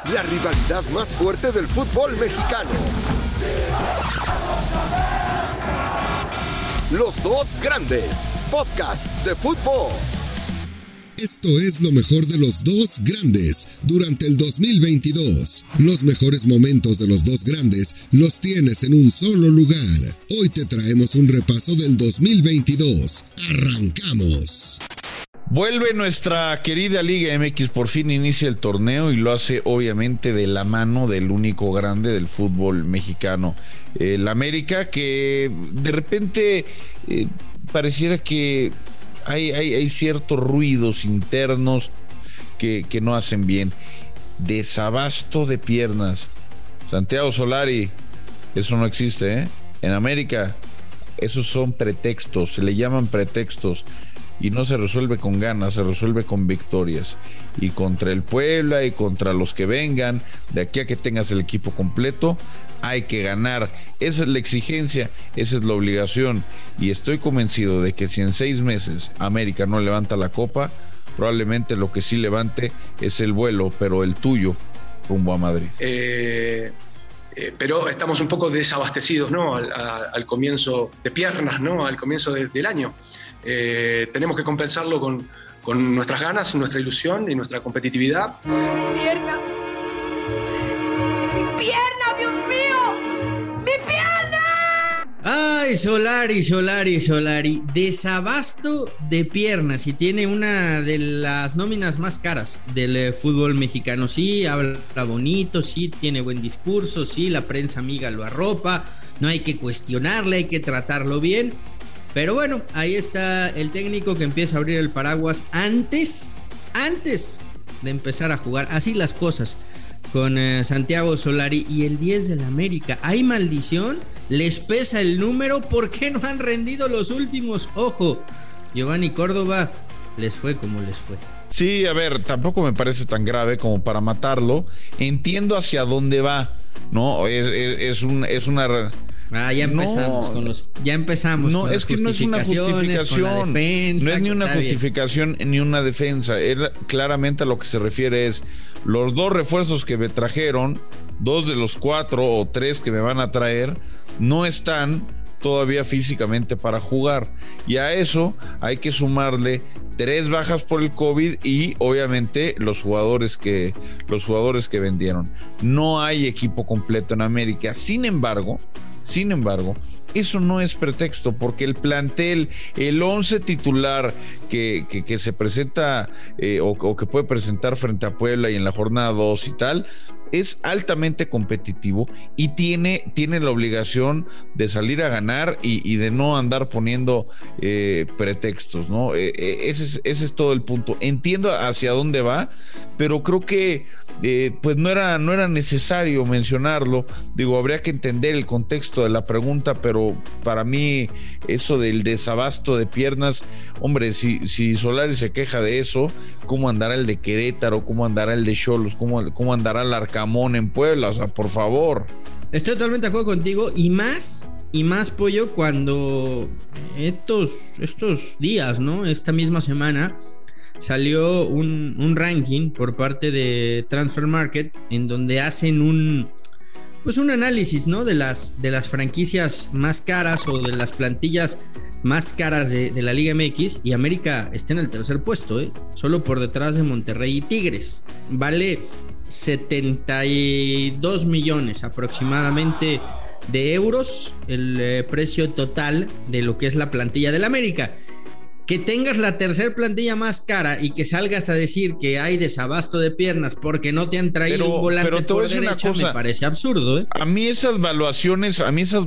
la rivalidad más fuerte del fútbol mexicano. Los Dos Grandes, podcast de Footbox. Esto es lo mejor de Los Dos Grandes durante el 2022. Los mejores momentos de Los Dos Grandes los tienes en un solo lugar. Hoy te traemos un repaso del 2022. ¡Arrancamos! Vuelve nuestra querida Liga MX, por fin inicia el torneo y lo hace obviamente de la mano del único grande del fútbol mexicano, el América, que de repente pareciera que hay ciertos ruidos internos que no hacen bien. Desabasto de piernas. Santiago Solari, eso no existe, ¿eh? En América, esos son pretextos, se le llaman pretextos. Y no se resuelve con ganas, se resuelve con victorias. Y contra el Puebla y contra los que vengan, de aquí a que tengas el equipo completo, hay que ganar. Esa es la exigencia, esa es la obligación. Y estoy convencido de que si en 6 meses América no levanta la copa, probablemente lo que sí levante es el vuelo, pero el tuyo, rumbo a Madrid. Pero estamos un poco desabastecidos, ¿no? Al comienzo de piernas, ¿no? Al comienzo del año. Tenemos que compensarlo con nuestras ganas, nuestra ilusión y nuestra competitividad. ¡Pierna! ¡Mi pierna, Dios mío! ¡Mi pierna! ¡Ay, Solari! Desabasto de piernas y tiene una de las nóminas más caras del fútbol mexicano. Sí, habla bonito, sí, tiene buen discurso, sí, la prensa amiga lo arropa, no hay que cuestionarle, hay que tratarlo bien. Pero bueno, ahí está el técnico que empieza a abrir el paraguas antes de empezar a jugar. Así las cosas con Santiago Solari y el 10 del América. ¿Hay maldición? ¿Les pesa el número? ¿Por qué no han rendido los últimos? Ojo, Giovanni Córdoba les fue como les fue. Sí, a ver, tampoco me parece tan grave como para matarlo. Entiendo hacia dónde va, ¿no? Es una... ya empezamos con los. Ya empezamos. No, con es que no es una justificación. Con la defensa, no es ni una justificación ni una defensa. Él claramente a lo que se refiere es los 2 refuerzos que me trajeron, 2 de los 4 o 3 que me van a traer, no están todavía físicamente para jugar. Y a eso hay que sumarle 3 bajas por el COVID y obviamente los jugadores que vendieron. No hay equipo completo en América. Sin embargo, eso no es pretexto, porque el plantel, el 11 titular que se presenta o que puede presentar frente a Puebla y en la jornada 2 y tal, es altamente competitivo y tiene la obligación de salir a ganar y de no andar poniendo pretextos, ¿no? Ese es todo el punto. Entiendo hacia dónde va, pero creo que pues no era necesario mencionarlo. Digo, habría que entender el contexto de la pregunta, pero para mí eso del desabasto de piernas, hombre, si Solari se queja de eso, ¿cómo andará el de Querétaro? ¿Cómo andará el de Xolos? ¿Cómo andará el Arcamón en Puebla? O sea, por favor. Estoy totalmente de acuerdo contigo y más Pollo, cuando estos días, ¿no? Esta misma semana salió un ranking por parte de Transfer Market en donde hacen un análisis, ¿no? de las franquicias más caras o de las plantillas más caras de la Liga MX, y América está en el tercer puesto, solo por detrás de Monterrey y Tigres. Vale 72 millones aproximadamente de euros el precio total de lo que es la plantilla del América. Que tengas la tercer plantilla más cara y que salgas a decir que hay desabasto de piernas porque no te han traído un volante por derecha, me parece absurdo, A mí esas valuaciones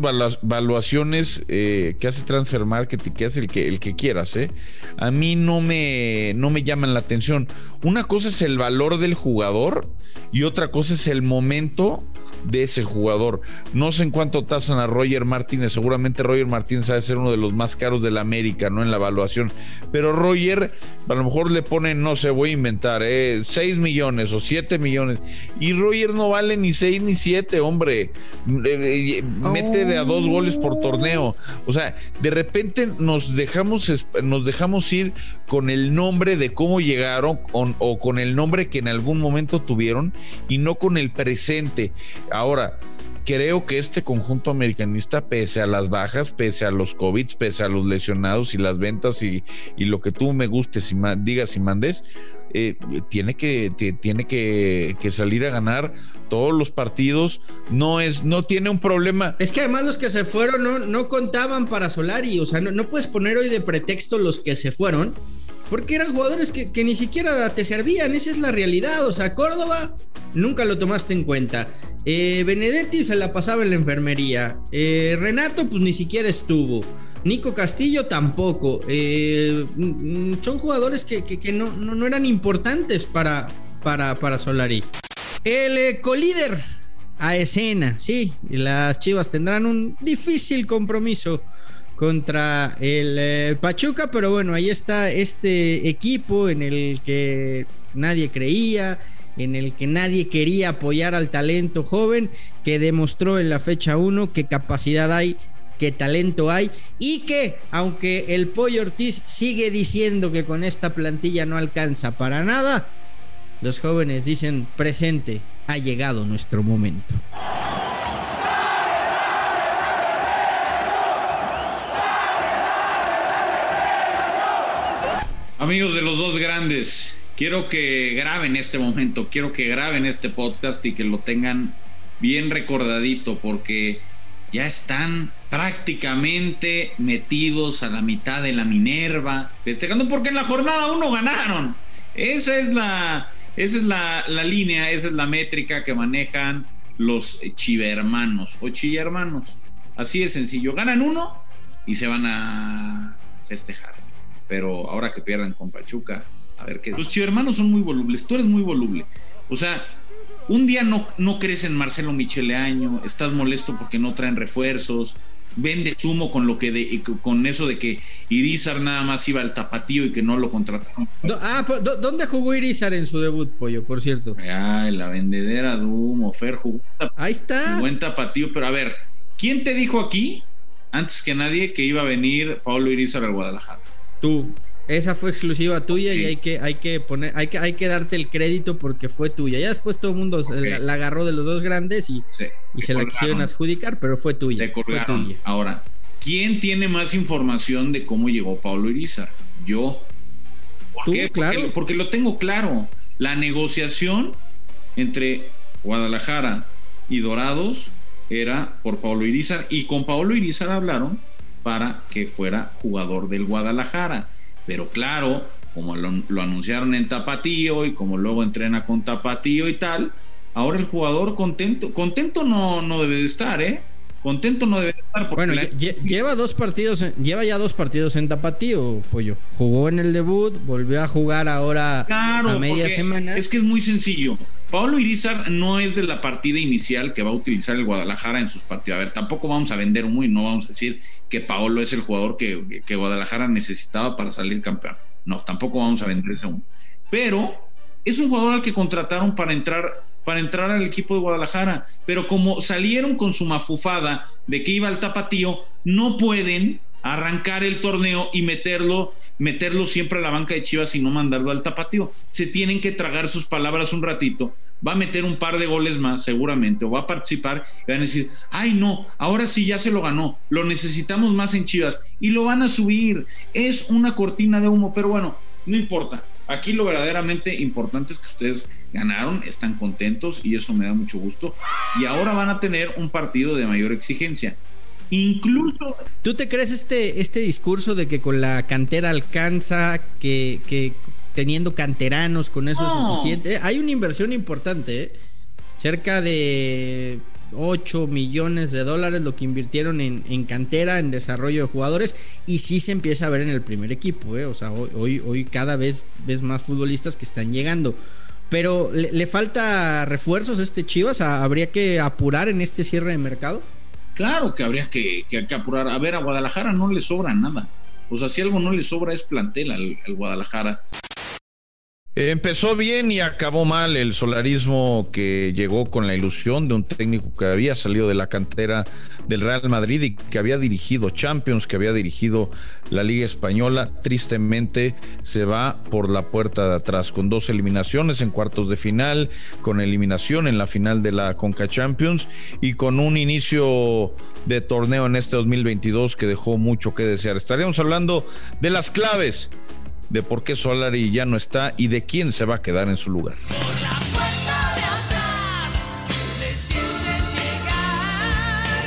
que hace Transfer Market y que hace el que quieras, a mí no me llaman la atención. Una cosa es el valor del jugador y otra cosa es el momento de ese jugador. No sé en cuánto tasan a Roger Martínez, seguramente Roger Martínez ha de ser uno de los más caros de la América, ¿no? En la evaluación, pero Roger a lo mejor le ponen, no sé, voy a inventar, 6 millones o 7 millones, y Roger no vale ni 6 ni 7, hombre, mete de a 2 goles por torneo. O sea, de repente nos dejamos ir con el nombre de cómo llegaron o con el nombre que en algún momento tuvieron y no con el presente. Ahora, creo que este conjunto americanista, pese a las bajas, pese a los COVID, pese a los lesionados y las ventas y lo que tú me gustes y digas y mandes, tiene que salir a ganar todos los partidos. No tiene un problema. Es que además los que se fueron no contaban para Solari. O sea, no puedes poner hoy de pretexto los que se fueron, porque eran jugadores que ni siquiera te servían. Esa es la realidad. O sea, Córdoba nunca lo tomaste en cuenta. Benedetti se la pasaba en la enfermería. Renato pues ni siquiera estuvo. Nico Castillo tampoco. Son jugadores que no eran importantes para Solari. El colíder a escena, sí, las Chivas tendrán un difícil compromiso contra el Pachuca, pero bueno, ahí está este equipo en el que nadie creía, en el que nadie quería apoyar al talento joven, que demostró en la fecha 1 qué capacidad hay, qué talento hay, y que aunque el Pollo Ortiz sigue diciendo que con esta plantilla no alcanza para nada, los jóvenes dicen: presente, ha llegado nuestro momento. Amigos de los dos grandes, quiero que graben este momento, quiero que graben este podcast y que lo tengan bien recordadito, porque ya están prácticamente metidos a la mitad de la Minerva, festejando porque en la jornada 1 ganaron. Esa es la línea, esa es la métrica que manejan los chivermanos o chillermanos. Así de sencillo, ganan 1 y se van a festejar. Pero ahora que pierdan con Pachuca, a ver qué. Los chivermanos son muy volubles, tú eres muy voluble. O sea, un día no crees en Marcelo Michele Año, estás molesto porque no traen refuerzos, vendes humo con eso de que Irízar nada más iba al Tapatío y que no lo contrataron. ¿Dónde jugó Irízar en su debut, Pollo, por cierto? Ay, la vendedera de humo, Fer jugó. Ahí está. Buen Tapatío, pero a ver, ¿quién te dijo aquí, antes que nadie, que iba a venir Pablo Irízar al Guadalajara? Tú. Esa fue exclusiva tuya, okay. Y hay que darte el crédito porque fue tuya. Ya después todo el mundo la agarró de los dos grandes y se la quisieron adjudicar, pero fue tuya. Se colgaron. Fue tuya. Ahora, ¿quién tiene más información de cómo llegó Pablo Irízar? Yo. ¿Por qué? Claro. Porque lo tengo claro. La negociación entre Guadalajara y Dorados era por Pablo Irízar, y con Pablo Irízar hablaron para que fuera jugador del Guadalajara. Pero claro, como lo anunciaron en Tapatío y como luego entrena con Tapatío y tal, ahora el jugador contento no debe de estar, contento no debe de estar. Bueno, lleva ya 2 partidos en Tapatío, Pollo. Jugó en el debut, volvió a jugar ahora a media semana. Es que es muy sencillo. Pablo Irízar no es de la partida inicial que va a utilizar el Guadalajara en sus partidos. A ver, tampoco vamos a vender humo y no vamos a decir que Paolo es el jugador que Guadalajara necesitaba para salir campeón. No, tampoco vamos a vender ese humo. Pero es un jugador al que contrataron para entrar al equipo de Guadalajara. Pero como salieron con su mafufada de que iba al Tapatío, no pueden arrancar el torneo y meterlo siempre a la banca de Chivas y no mandarlo al Tapatío. Se tienen que tragar sus palabras un ratito. Va a meter un par de goles más seguramente, o va a participar y van a decir: ay no, ahora sí ya se lo ganó, lo necesitamos más en Chivas, y lo van a subir. Es una cortina de humo, pero bueno, no importa. Aquí lo verdaderamente importante es que ustedes ganaron, están contentos y eso me da mucho gusto, y ahora van a tener un partido de mayor exigencia. Incluso, ¿tú te crees este discurso de que con la cantera alcanza, que teniendo canteranos con eso es suficiente? Hay una inversión importante, cerca de 8 millones de dólares lo que invirtieron en cantera, en desarrollo de jugadores, y sí se empieza a ver en el primer equipo, o sea, hoy cada vez ves más futbolistas que están llegando. Pero ¿le falta refuerzos a este Chivas? ¿Habría que apurar en este cierre de mercado? Claro que habría que apurar. A ver, a Guadalajara no le sobra nada. O sea, si algo no le sobra es plantel al Guadalajara. Empezó bien y acabó mal el solarismo, que llegó con la ilusión de un técnico que había salido de la cantera del Real Madrid y que había dirigido Champions, que había dirigido la Liga Española. Tristemente se va por la puerta de atrás, con 2 eliminaciones en cuartos de final, con eliminación en la final de la Conca Champions y con un inicio de torneo en este 2022 que dejó mucho que desear. Estaríamos hablando de las claves de por qué Solari ya no está y de quién se va a quedar en su lugar. Por la puerta de atrás, decides llegar,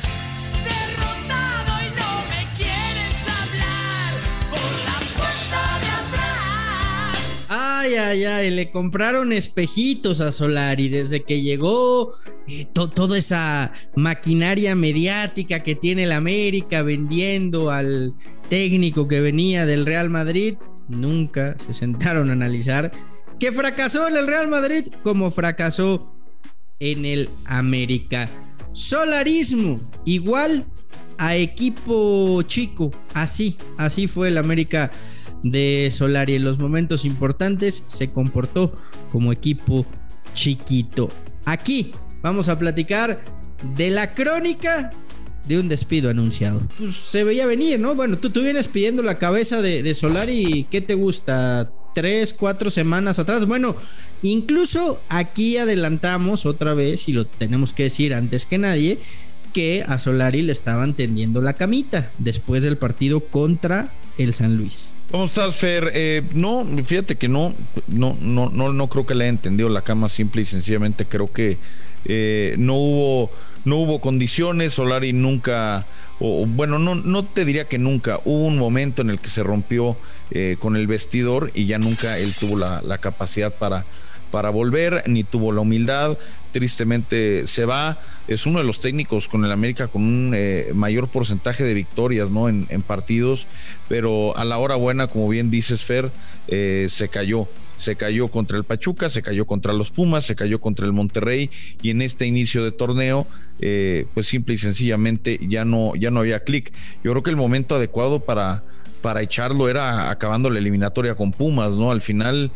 derrotado y no me quieres hablar. Por la puerta de atrás. Ay, le compraron espejitos a Solari desde que llegó. Toda esa maquinaria mediática que tiene el América vendiendo al técnico que venía del Real Madrid. Nunca se sentaron a analizar que fracasó en el Real Madrid como fracasó en el América. Solarismo igual a equipo chico. Así fue el América de Solari. En los momentos importantes se comportó como equipo chiquito. Aquí vamos a platicar de la crónica de un despido anunciado. Pues se veía venir, ¿no? Bueno, tú vienes pidiendo la cabeza de Solari, ¿qué te gusta? 3-4 semanas atrás. Bueno, incluso aquí adelantamos otra vez, y lo tenemos que decir antes que nadie, que a Solari le estaban tendiendo la camita después del partido contra el San Luis. ¿Cómo estás, Fer? No, fíjate que no creo que le haya entendido la cama. Simple y sencillamente creo que no hubo condiciones. Solari nunca, no te diría que nunca, hubo un momento en el que se rompió con el vestidor y ya nunca él tuvo la capacidad para volver, ni tuvo la humildad. Tristemente se va. Es uno de los técnicos con el América con un mayor porcentaje de victorias, ¿no? en partidos, pero a la hora buena, como bien dices, Fer, se cayó contra el Pachuca, se cayó contra los Pumas, se cayó contra el Monterrey, y en este inicio de torneo pues simple y sencillamente ya no había clic. Yo creo que el momento adecuado para echarlo era acabando la eliminatoria con Pumas, ¿no? Al final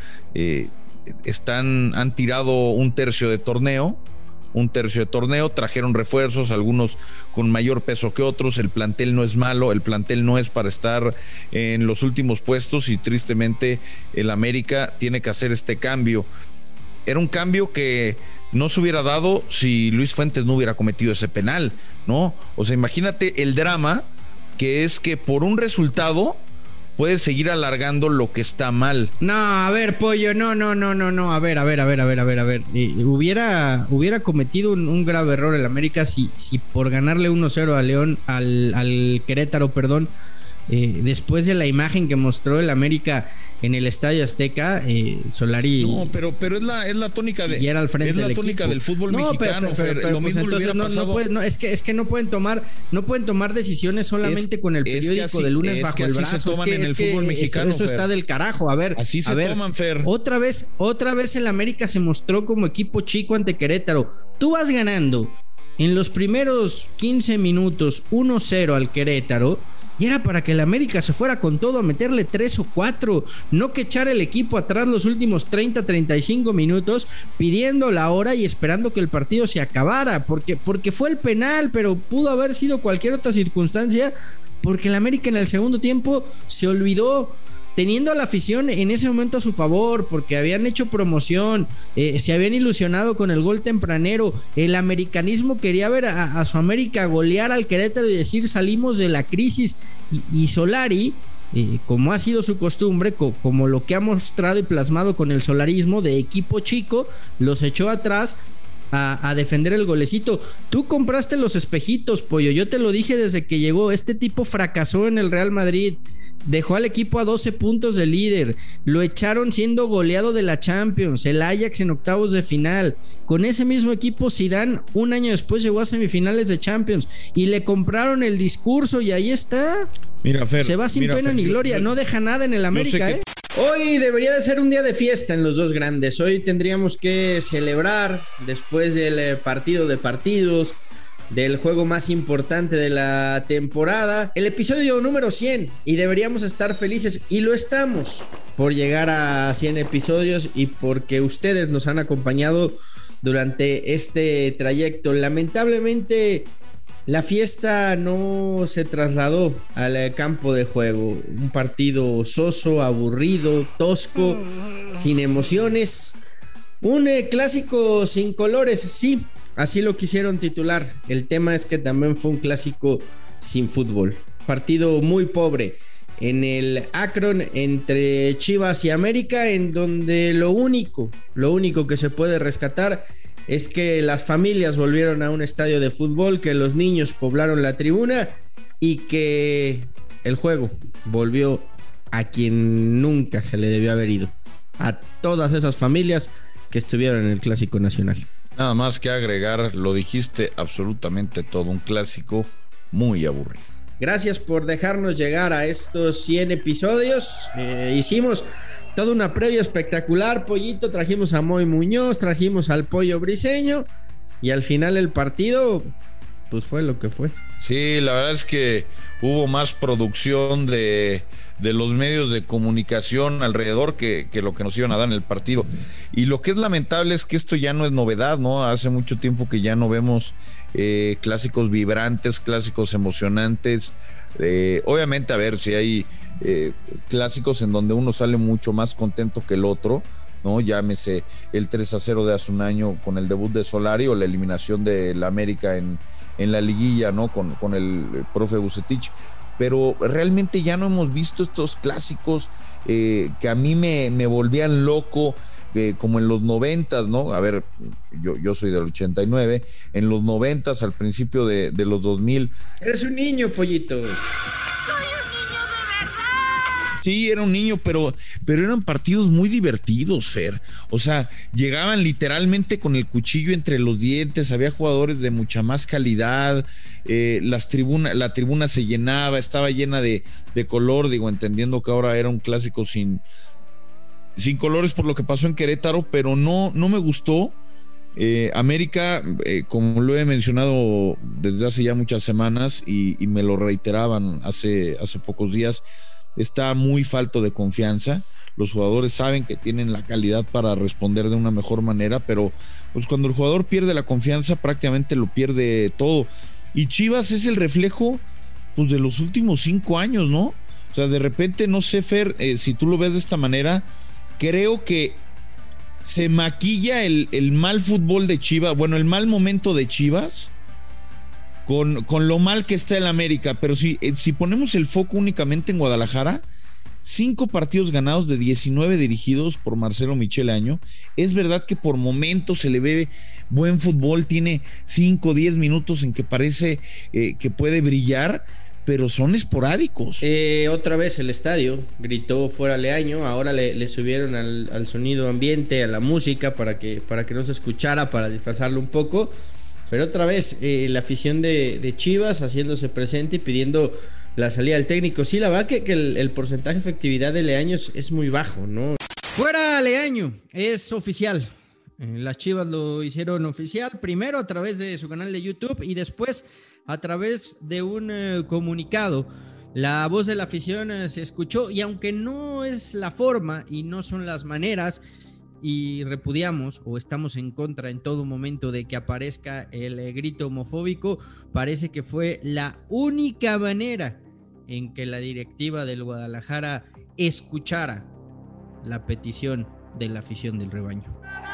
han tirado un tercio de torneo, trajeron refuerzos, algunos con mayor peso que otros. El plantel no es malo, el plantel no es para estar en los últimos puestos, y tristemente el América tiene que hacer este cambio. Era un cambio que no se hubiera dado si Luis Fuentes no hubiera cometido ese penal, ¿no? O sea, imagínate el drama que es que por un resultado puedes seguir alargando lo que está mal. No, a ver, Pollo, no. A ver. Hubiera cometido un grave error el América si por ganarle 1-0 a León, al Querétaro, perdón, después de la imagen que mostró el América en el Estadio Azteca, Solari. No, pero es la tónica de. Y era al frente es la tónica del fútbol mexicano. Pero lo mismo entonces es que no pueden tomar decisiones solamente con el periódico de lunes bajo el brazo. Se toman en el fútbol mexicano. Eso está del carajo. A ver, así se toman, Fer. Otra vez el América se mostró como equipo chico ante Querétaro. Tú vas ganando en los primeros 15 minutos 1-0 al Querétaro. Y era para que el América se fuera con todo a meterle 3 o 4, no que echar el equipo atrás los últimos 30-35 minutos pidiendo la hora y esperando que el partido se acabara, porque fue el penal, pero pudo haber sido cualquier otra circunstancia, porque el América en el segundo tiempo se olvidó, teniendo a la afición en ese momento a su favor, porque habían hecho promoción, se habían ilusionado con el gol tempranero. El americanismo quería ver a su América golear al Querétaro y decir salimos de la crisis, y Solari, como ha sido su costumbre, como lo que ha mostrado y plasmado con el solarismo de equipo chico, los echó atrás a defender el golecito. Tú compraste los espejitos, Pollo, yo te lo dije desde que llegó. Este tipo fracasó en el Real Madrid, dejó al equipo a 12 puntos de líder, lo echaron siendo goleado de la Champions, el Ajax en octavos de final. Con ese mismo equipo Zidane un año después llegó a semifinales de Champions y le compraron el discurso, y ahí está. Mira, Fer, se va sin pena ni gloria, no deja nada en el América, Hoy debería de ser un día de fiesta en los dos grandes. Hoy tendríamos que celebrar después del partido de partidos, del juego más importante de la temporada, el episodio número 100, y deberíamos estar felices, y lo estamos, por llegar a 100 episodios y porque ustedes nos han acompañado durante este trayecto. Lamentablemente la fiesta no se trasladó al campo de juego. Un partido soso, aburrido, tosco, sin emociones. Un clásico sin colores, sí, así lo quisieron titular. El tema es que también fue un clásico sin fútbol. Partido muy pobre en el Akron entre Chivas y América, en donde lo único que se puede rescatar es que las familias volvieron a un estadio de fútbol, que los niños poblaron la tribuna y que el juego volvió a quien nunca se le debió haber ido, a todas esas familias que estuvieron en el Clásico Nacional. Nada más que agregar, lo dijiste absolutamente todo, un clásico muy aburrido. Gracias por dejarnos llegar a estos 100 episodios. Hicimos toda una previa espectacular, Pollito. Trajimos a Moy Muñoz, trajimos al Pollo Briseño, y al final el partido pues fue lo que fue. Sí, la verdad es que hubo más producción de los medios de comunicación alrededor que lo que nos iban a dar en el partido. Y lo que es lamentable es que esto ya no es novedad, ¿no? Hace mucho tiempo que ya no vemos clásicos vibrantes, clásicos emocionantes. Obviamente, a ver, si hay clásicos en donde uno sale mucho más contento que el otro, ¿no? Llámese el 3-0 de hace un año con el debut de Solari, o la eliminación de la América en la liguilla, ¿no? Con el profe Vucetich. Pero realmente ya no hemos visto estos clásicos que a mí me volvían loco, como en los 90s, ¿no? A ver, yo soy del 89, en los 90s, al principio de los 2000. Eres un niño, Pollito. Sí, era un niño, pero eran partidos muy divertidos, Fer. O sea, llegaban literalmente con el cuchillo entre los dientes, había jugadores de mucha más calidad, la tribuna se llenaba, estaba llena de color, digo, entendiendo que ahora era un clásico sin colores por lo que pasó en Querétaro, pero no me gustó. América, como lo he mencionado desde hace ya muchas semanas y me lo reiteraban hace pocos días, está muy falto de confianza. Los jugadores saben que tienen la calidad para responder de una mejor manera, pero pues cuando el jugador pierde la confianza, prácticamente lo pierde todo. Y Chivas es el reflejo, pues, de los últimos 5 años, ¿no? O sea, de repente, no sé, Fer, si tú lo ves de esta manera, creo que se maquilla el mal fútbol de Chivas, bueno, el mal momento de Chivas, con lo mal que está el América. Pero si ponemos el foco únicamente en Guadalajara, 5 partidos ganados de 19 dirigidos por Marcelo Michele Año. Es verdad que por momentos se le ve buen fútbol, tiene 5 o 10 minutos en que parece que puede brillar, pero son esporádicos. Otra vez el estadio gritó fuera Leaño. Ahora le subieron al sonido ambiente, a la música, para que no se escuchara, para disfrazarlo un poco. Pero otra vez la afición de Chivas haciéndose presente y pidiendo la salida del técnico. Sí, la verdad que el porcentaje de efectividad de Leaño es muy bajo, ¿no? Fuera Leaño, es oficial. Las Chivas lo hicieron oficial, primero a través de su canal de YouTube y después a través de un comunicado. La voz de la afición se escuchó, y aunque no es la forma y no son las maneras, y repudiamos o estamos en contra en todo momento de que aparezca el grito homofóbico, parece que fue la única manera en que la directiva del Guadalajara escuchara la petición de la afición del rebaño.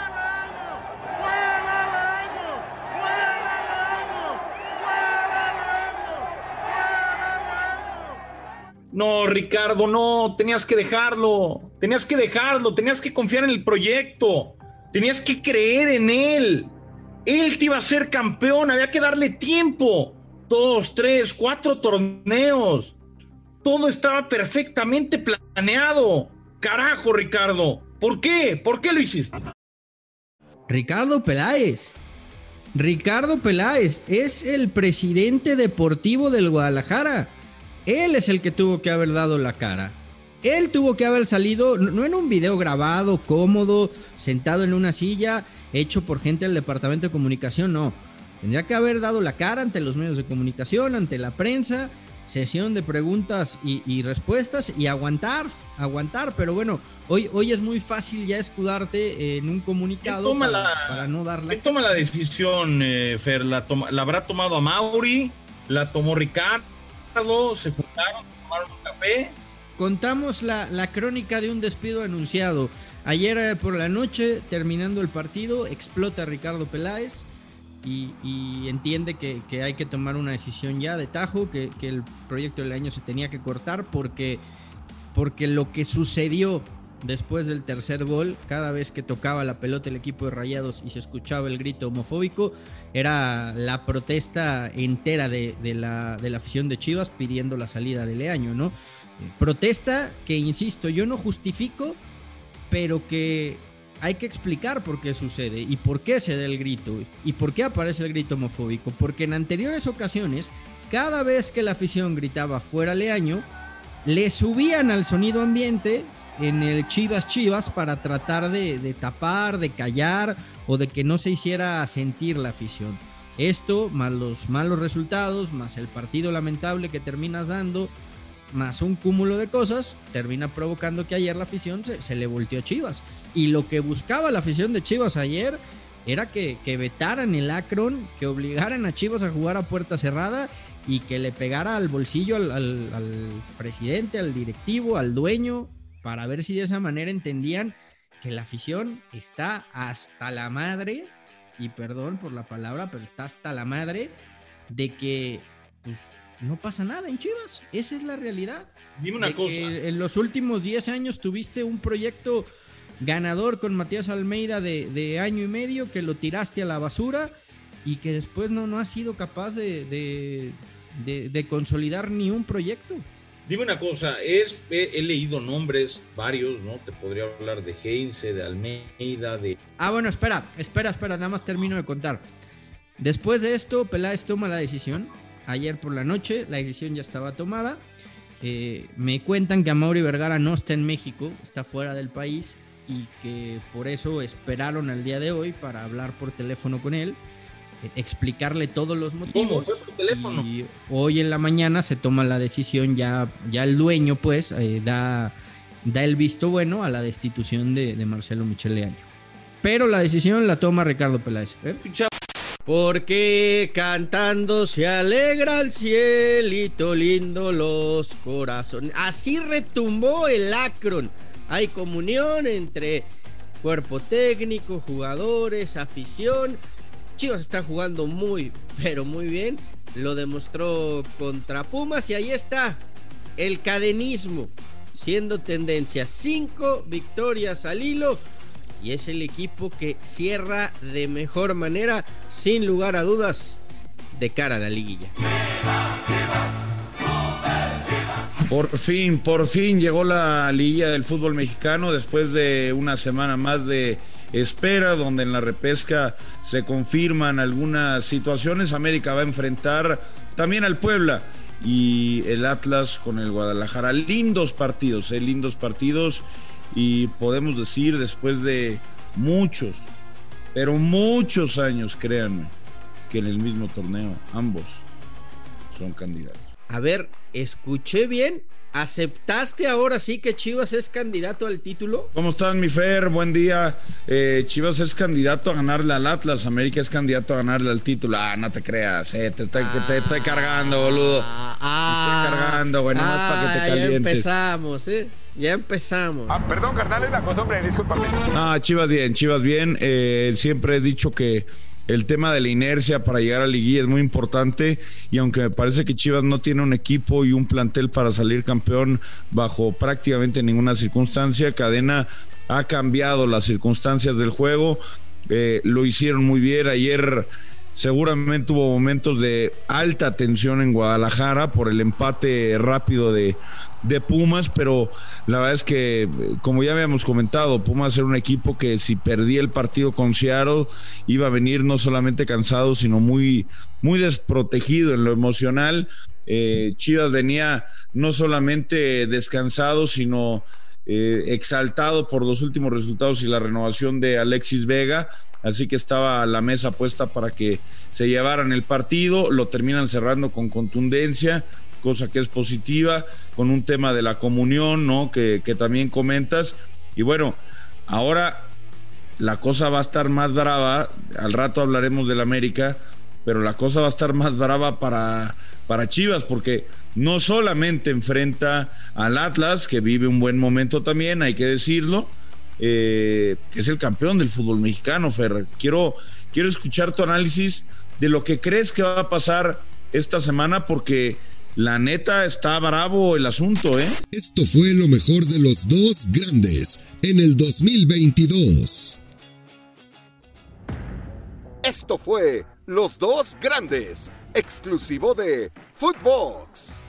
No, Ricardo, no, tenías que dejarlo, tenías que confiar en el proyecto, tenías que creer en él te iba a ser campeón, había que darle tiempo, 2, 3, 4 torneos, todo estaba perfectamente planeado. Carajo, Ricardo, ¿por qué lo hiciste? Ricardo Peláez es el presidente deportivo del Guadalajara. Él es el que tuvo que haber dado la cara. Él tuvo que haber salido, no en un video grabado, cómodo, sentado en una silla, hecho por gente del departamento de comunicación, no. Tendría que haber dado la cara ante los medios de comunicación, ante la prensa, sesión de preguntas y respuestas y aguantar, pero bueno, hoy es muy fácil ya escudarte en un comunicado para no dar la... ¿Quién toma la decisión, Fer? ¿La habrá tomado Amaury? ¿La tomó Ricardo? ¿Se juntaron? ¿Tomaron un café? Contamos la crónica de un despido anunciado. Ayer por la noche, terminando el partido, explota Ricardo Peláez y entiende que hay que tomar una decisión ya de tajo, que el proyecto del año se tenía que cortar porque lo que sucedió después del tercer gol, cada vez que tocaba la pelota el equipo de Rayados y se escuchaba el grito homofóbico, era la protesta entera de la afición de Chivas pidiendo la salida de Leaño, ¿no? Protesta que, insisto, yo no justifico, pero que hay que explicar por qué sucede y por qué se da el grito y por qué aparece el grito homofóbico. Porque en anteriores ocasiones, cada vez que la afición gritaba fuera Leaño, le subían al sonido ambiente en el Chivas Chivas para tratar de tapar, de callar o de que no se hiciera sentir la afición. Esto, más los malos resultados, más el partido lamentable que terminas dando, más un cúmulo de cosas, termina provocando que ayer la afición se le volteó a Chivas. Y lo que buscaba la afición de Chivas ayer era que vetaran el Akron, que obligaran a Chivas a jugar a puerta cerrada y que le pegara al bolsillo al presidente, al directivo, al dueño, para ver si de esa manera entendían que la afición está hasta la madre, y perdón por la palabra, pero está hasta la madre de que pues no pasa nada en Chivas. Esa es la realidad. Dime una cosa. En los últimos 10 años tuviste un proyecto ganador con Matías Almeida de año y medio que lo tiraste a la basura y que después no has sido capaz de consolidar ni un proyecto. Dime una cosa, he leído nombres, varios, ¿no? Te podría hablar de Heinze, de Almeida, de... Bueno, espera, nada más termino de contar. Después de esto, Peláez toma la decisión. Ayer por la noche, la decisión ya estaba tomada. Me cuentan que Amaury Vergara no está en México, está fuera del país y que por eso esperaron al día de hoy para hablar por teléfono con él, explicarle todos los motivos. ¿Cómo? ¿Fue por teléfono? Y hoy en la mañana se toma la decisión, ya el dueño pues da el visto bueno a la destitución de Marcelo Michel Leaño. Pero la decisión la toma Ricardo Peláez. Porque cantando se alegra el cielito lindo los corazones. Así retumbó el Akron. Hay comunión entre cuerpo técnico, jugadores, afición. Chivas está jugando muy, pero muy bien. Lo demostró contra Pumas y ahí está el cadenismo siendo tendencia. 5 victorias al hilo y es el equipo que cierra de mejor manera, sin lugar a dudas, de cara a la liguilla. Por fin llegó la liguilla del fútbol mexicano después de una semana más de espera, donde en la repesca se confirman algunas situaciones. América va a enfrentar también al Puebla y el Atlas con el Guadalajara. Lindos partidos, y podemos decir después de muchos, pero muchos años, créanme, que en el mismo torneo ambos son candidatos. A ver, escuché bien. ¿Aceptaste ahora sí que Chivas es candidato al título? ¿Cómo estás, mi Fer? Buen día. Chivas es candidato a ganarle al Atlas. América es candidato a ganarle al título. No te creas, te estoy cargando, boludo. Te estoy cargando, güey, nomás para que te calientes. Ya empezamos. Perdón, carnal, es la cosa, hombre, discúlpame. Chivas bien. Siempre he dicho que el tema de la inercia para llegar a liguilla es muy importante, y aunque me parece que Chivas no tiene un equipo y un plantel para salir campeón bajo prácticamente ninguna circunstancia, Cadena ha cambiado las circunstancias del juego. Lo hicieron muy bien. Ayer Seguramente hubo momentos de alta tensión en Guadalajara por el empate rápido de Pumas, pero la verdad es que, como ya habíamos comentado, Pumas era un equipo que si perdía el partido con Seattle iba a venir no solamente cansado, sino muy, muy desprotegido en lo emocional. Chivas venía no solamente descansado, sino exaltado por los últimos resultados y la renovación de Alexis Vega, así que estaba la mesa puesta para que se llevaran el partido. Lo terminan cerrando con contundencia, cosa que es positiva, con un tema de la comunión, ¿no? Que también comentas. Y bueno, ahora la cosa va a estar más brava. Al rato hablaremos del América, pero la cosa va a estar más brava para Chivas, porque no solamente enfrenta al Atlas, que vive un buen momento también, hay que decirlo, que es el campeón del fútbol mexicano, Fer. Quiero escuchar tu análisis de lo que crees que va a pasar esta semana, porque la neta está bravo el asunto, ¿eh? Esto fue lo mejor de los dos grandes en el 2022. Esto fue Los Dos Grandes, exclusivo de Footbox.